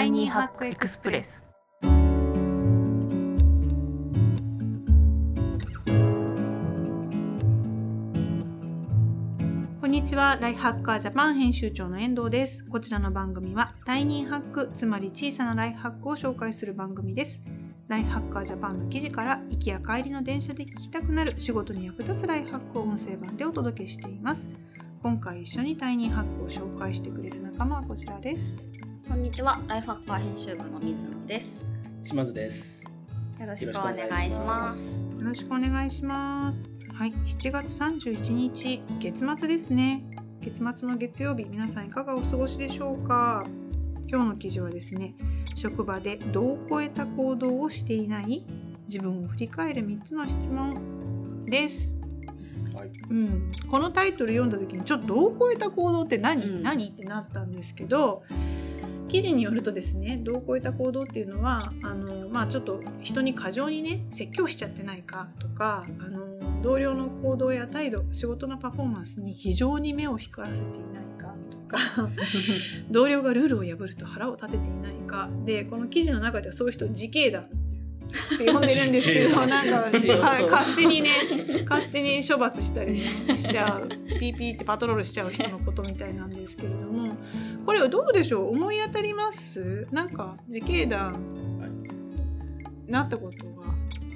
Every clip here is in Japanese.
イニーハックエクスプレス。こんにちは。ライフハッカージャパン編集長の遠藤です。こちらの番組はタイニーハック、つまり小さなライフハックを紹介する番組です。ライフハッカージャパンの記事から行きや帰りの電車で聞きたくなる仕事に役立つライフハックを音声版でお届けしています。今回一緒にタイニーハックを紹介してくれる仲間はこちらです。 こんにちは。ライフハッカー編集部の水野です。 島津です。 よろしくお願いします。 よろしくお願いします。はい、7月31日月末ですね。月末の月曜日、皆さんいかがお過ごしでしょうか。今日の記事はですね、職場で度を超えた行動をしていない自分を振り返る3つの質問です。はい、このタイトル読んだ時にちょっと度を超えた行動って何ってなったんですけど、記事によるとですね、度を超えた行動っていうのはちょっと人に過剰にね説教しちゃってないかとか、同僚の行動や態度、仕事のパフォーマンスに非常に目を光らせていないかとか同僚がルールを破ると腹を立てていないかで、この記事の中ではそういう人を自警団って呼んでるんですけどなんか勝手に処罰したり、ね、しちゃうピーピーってパトロールしちゃう人のことみたいなんですけれども、これはどうでしょう、思い当たります？なんか自警団なったことは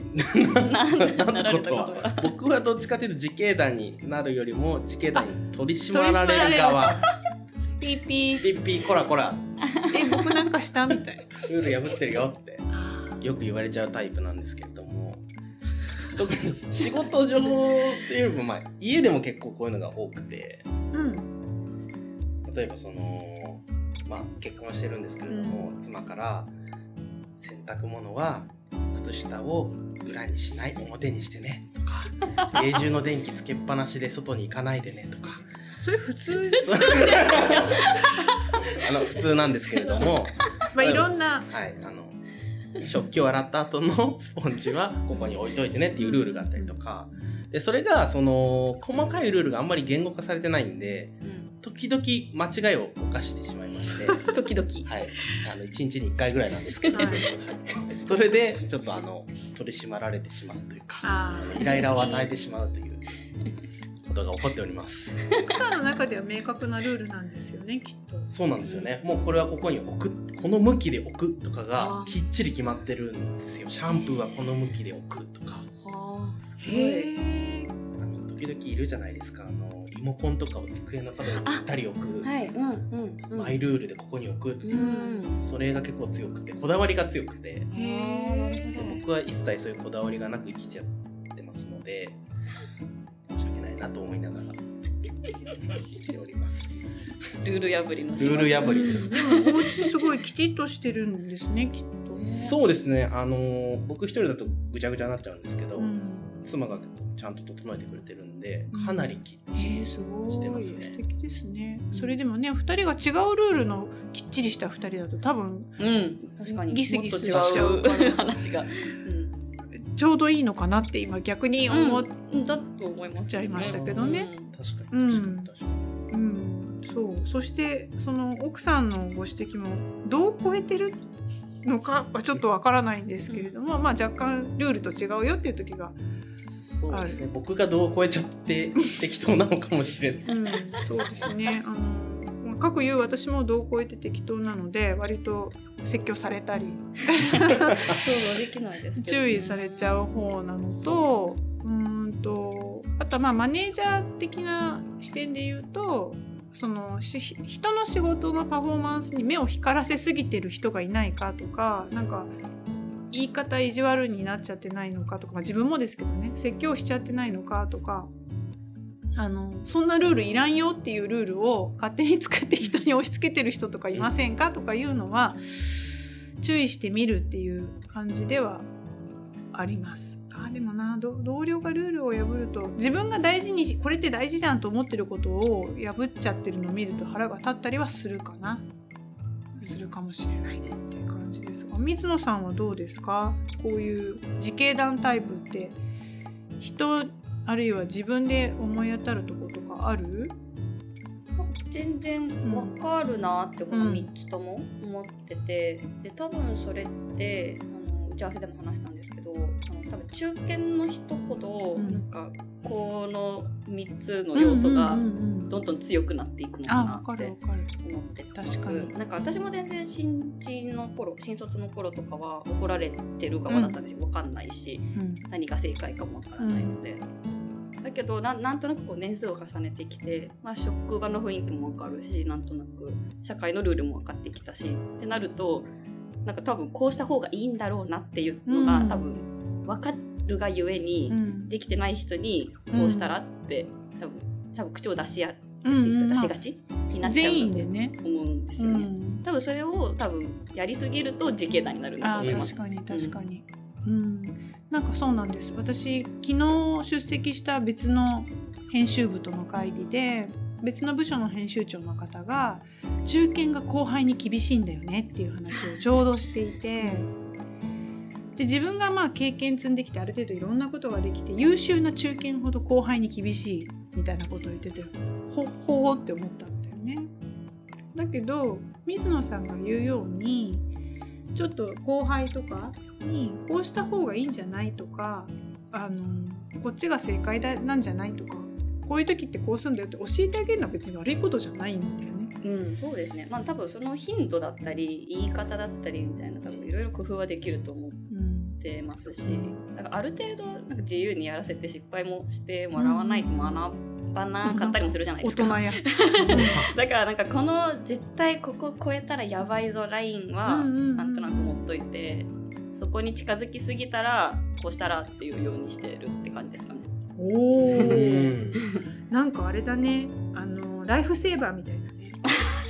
僕はどっちかというと自警団になるよりも自警団に取り締まられる側ピーピーピーピーコラコラ僕なんかしたみたいなルール破ってるよってよく言われちゃうタイプなんですけれども、特に仕事上っていうよりも家でも結構こういうのが多くて、例えば結婚してるんですけれども、妻から洗濯物は靴下を裏にしない、表にしてねとか家中の電気つけっぱなしで外に行かないでねとかそれ普通です普通なんですけれどもいろんな、 食器を洗った後のスポンジはここに置いといてねっていうルールがあったりとかで、それが細かいルールがあんまり言語化されてないんで、時々間違いを犯してしまいまして時々 1日に1回ぐらいなんですけど、それでちょっと取り締まられてしまうというかイライラを与えてしまうということが起こっております。 奥さんの中では明確なルールなんですよね、きっと。 そうなんですよね。もうこれはここに置く、この向きで置くとかがきっちり決まってるんですよ。シャンプーはこの向きで置くとか。 すごい。 時々いるじゃないですか、リモコンとかを机の角にぴったり置く、マイルールでここに置く、それが結構強くて、こだわりが強くて、僕は一切そういうこだわりがなく生きちゃってますので申し訳ないなと思いながら生きております。 ルール破りのルール破りです。 お家すごいきちっとしてるんですね、きっとね。 そうですね、僕一人だとぐちゃぐちゃになっちゃうんですけど、妻がちゃんと整えてくれてるんでかなりきっちりしてますね。 素敵ですね。それでもね、2人が違うルールのきっちりした2人だと多分、 確かにギスギスしちゃう話が、 ちょうどいいのかなって今逆に思っちゃいましたけどね。 確かにそしてその奥さんのご指摘もどう超えてるのかはちょっとわからないんですけれども、若干ルールと違うよっていう時がそうですね、僕がどう超えちゃって適当なのかもしれない、 そうですね、かくいう私も度を超えて適当なので割と説教されたりできないですけど、 注意されちゃう方なのと、あとはマネージャー的な視点で言うと、その人の仕事のパフォーマンスに目を光らせすぎてる人がいないかとか、なんか言い方意地悪になっちゃってないのかとか、自分もですけどね、説教しちゃってないのかとか、そんなルールいらんよっていうルールを勝手に作って人に押し付けてる人とかいませんかとかいうのは注意してみるっていう感じではあります。でもな、同僚がルールを破ると自分が大事にこれって大事じゃんと思ってることを破っちゃってるのを見ると腹が立ったりはするかもしれないっていう感じですが、水野さんはどうですか？こういう自警団タイプって人あるいは自分で思い当たるところとかある？ 全然わかるなってこの3つとも思ってて、で多分それって打ち合わせでも話したんですけど、多分中堅の人ほどなんかこの3つの要素がどんどん強くなっていくのかなって思ってます。なんか私も全然新卒の頃とかは怒られてる側だったんですよ。分かんないし、何が正解かも分からないので、だけどなんとなくこう年数を重ねてきて、職場の雰囲気も分かるし、なんとなく社会のルールも分かってきたしってなると、なんか多分こうした方がいいんだろうなっていうのが多分分かるがゆえに、できてない人にこうしたらって多分口を出しがちになっちゃうと思うんですよね。多分それをやりすぎると自警団になるなと思います。 確かに、なんかそうなんです。私昨日出席した別の編集部との会議で、別の部署の編集長の方が中堅が後輩に厳しいんだよねっていう話をちょうどしていて、で自分が経験積んできてある程度いろんなことができて、優秀な中堅ほど後輩に厳しいみたいなことを言ってて、ほーって思ったんだよね。だけど水野さんが言うように、ちょっと後輩とかにこうした方がいいんじゃないとか、こっちが正解なんじゃないとか、こういう時ってこうするんだよって教えてあげるのは別に悪いことじゃないんだよね。 そうですね。多分その頻度だったり言い方だったりみたいな、多分いろいろ工夫はできると思ってますし、だからある程度なんか自由にやらせて失敗もしてもらわないと学ばなかったりもするじゃないですか。 大人やだからなんかこの絶対ここ超えたらやばいぞラインはなんとなく持っといて、そこに近づきすぎたらこうしたらっていうようにしてるって感じですかね。 なんかあれだね、ライフセーバーみたいなね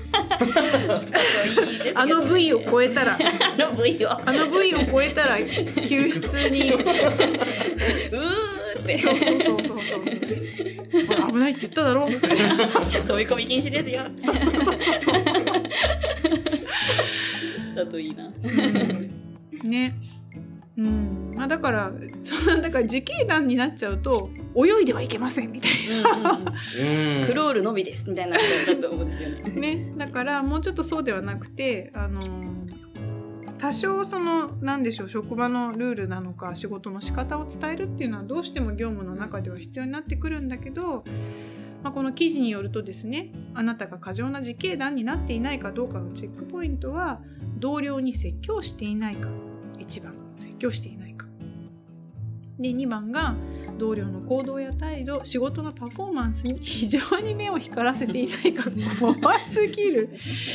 あの部位を超えたらあの部位を超えたら救出にってそう危ないって言っただろみたいな飛び込み禁止ですよそうだといいなね。だから自警団になっちゃうと泳いではいけませんみたいなクロールのみですみたいなことだと思うんですよね。 だからもうちょっとそうではなくて、多少なんでしょう、職場のルールなのか仕事の仕方を伝えるっていうのはどうしても業務の中では必要になってくるんだけど、この記事によるとですね、あなたが過剰な自警団になっていないかどうかのチェックポイントは、同僚に説教していないか。1番、説教していないか。で、2番が同僚の行動や態度、仕事のパフォーマンスに非常に目を光らせていないか。怖すぎる。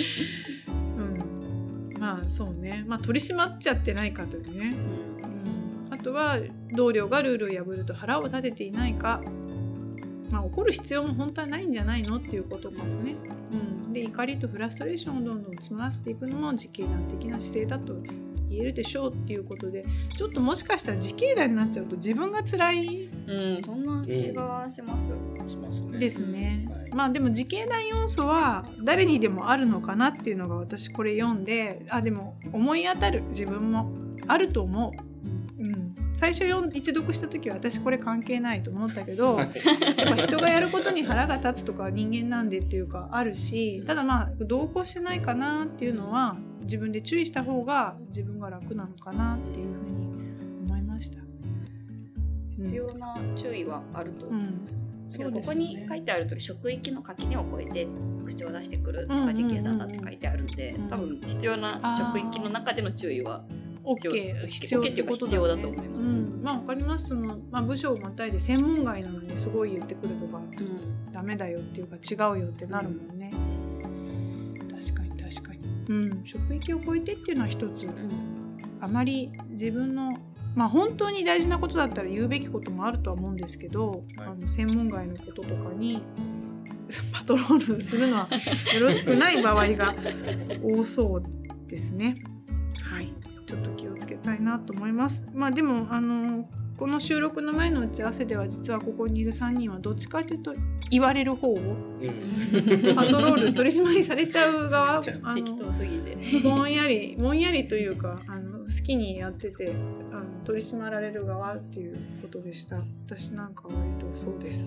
そうね。取り締まっちゃってないかというね。あとは同僚がルールを破ると腹を立てていないか。怒る必要も本当はないんじゃないのっていうことかもね。で、怒りとフラストレーションをどんどん募らせていくのも自警団的な姿勢だと言えるでしょうっていうことで、ちょっともしかしたら自警団になっちゃうと自分が辛い、 そんな気がします、 ですね。でも自警団要素は誰にでもあるのかなっていうのが、私これ読んで、でも思い当たる自分もあると思う。最初一読した時は私これ関係ないと思ったけど、やっぱ人がやることに腹が立つとか人間なんでっていうかあるし、ただ同行してないかなっていうのは自分で注意した方が自分が楽なのかなっていうふうに思いました。 必要な注意はあると思う。ここに書いてあると、職域の垣根を越えて口を出してくるとか自警団だって書いてあるんで、多分必要な職域の中での注意は必要っていうか必要だと思います。わかります。部署をまたいで専門外なのにすごい言ってくるとか、ダメだよっていうか違うよってなるもんね。確かに。職域を超えてっていうのは一つ、あまり自分の本当に大事なことだったら言うべきこともあるとは思うんですけど、専門外のこととかにパトロールするのはよろしくない場合が多そうですね。ちょっと気をつけたいなと思います。でもこの収録の前の打ち合わせでは、実はここにいる3人はどっちかというと言われる方を、パトロール取り締まりされちゃう側、 適当すぎてぼんやりというか好きにやってて、 取り締まられる側っていうことでした。私なんか割とそうです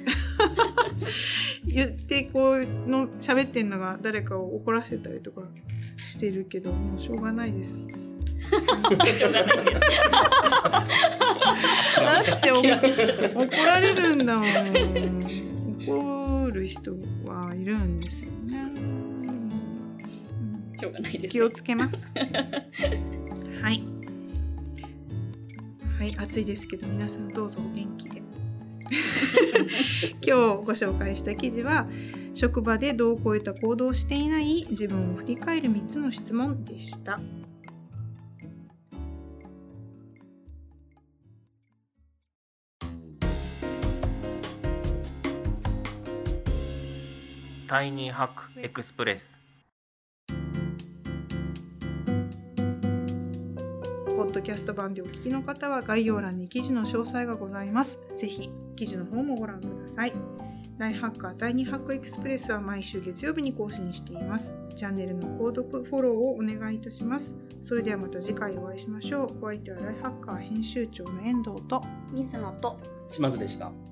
言ってこうの喋ってんのが誰かを怒らせたりとかしてるけど、もうしょうがないですしょうがないですだって怒られるんだもん。怒る人はいるんですよね。 しょうがないです、ね、 気をつけますはいはい、暑いですけど皆さんどうぞお元気で今日ご紹介した記事は、職場で度を超えた行動をしていない自分を振り返る3つの質問でした。 タイニーハックエクスプレス。 ポッドキャスト版でお聞きの方は概要欄に記事の詳細がございます。ぜひ記事の方もご覧ください。ライフハッカータイニーハックエクスプレスは毎週月曜日に更新しています。チャンネルの購読、フォローをお願いいたします。それではまた次回お会いしましょう。お相手はライフハッカー編集長の遠藤と水野と島津でした。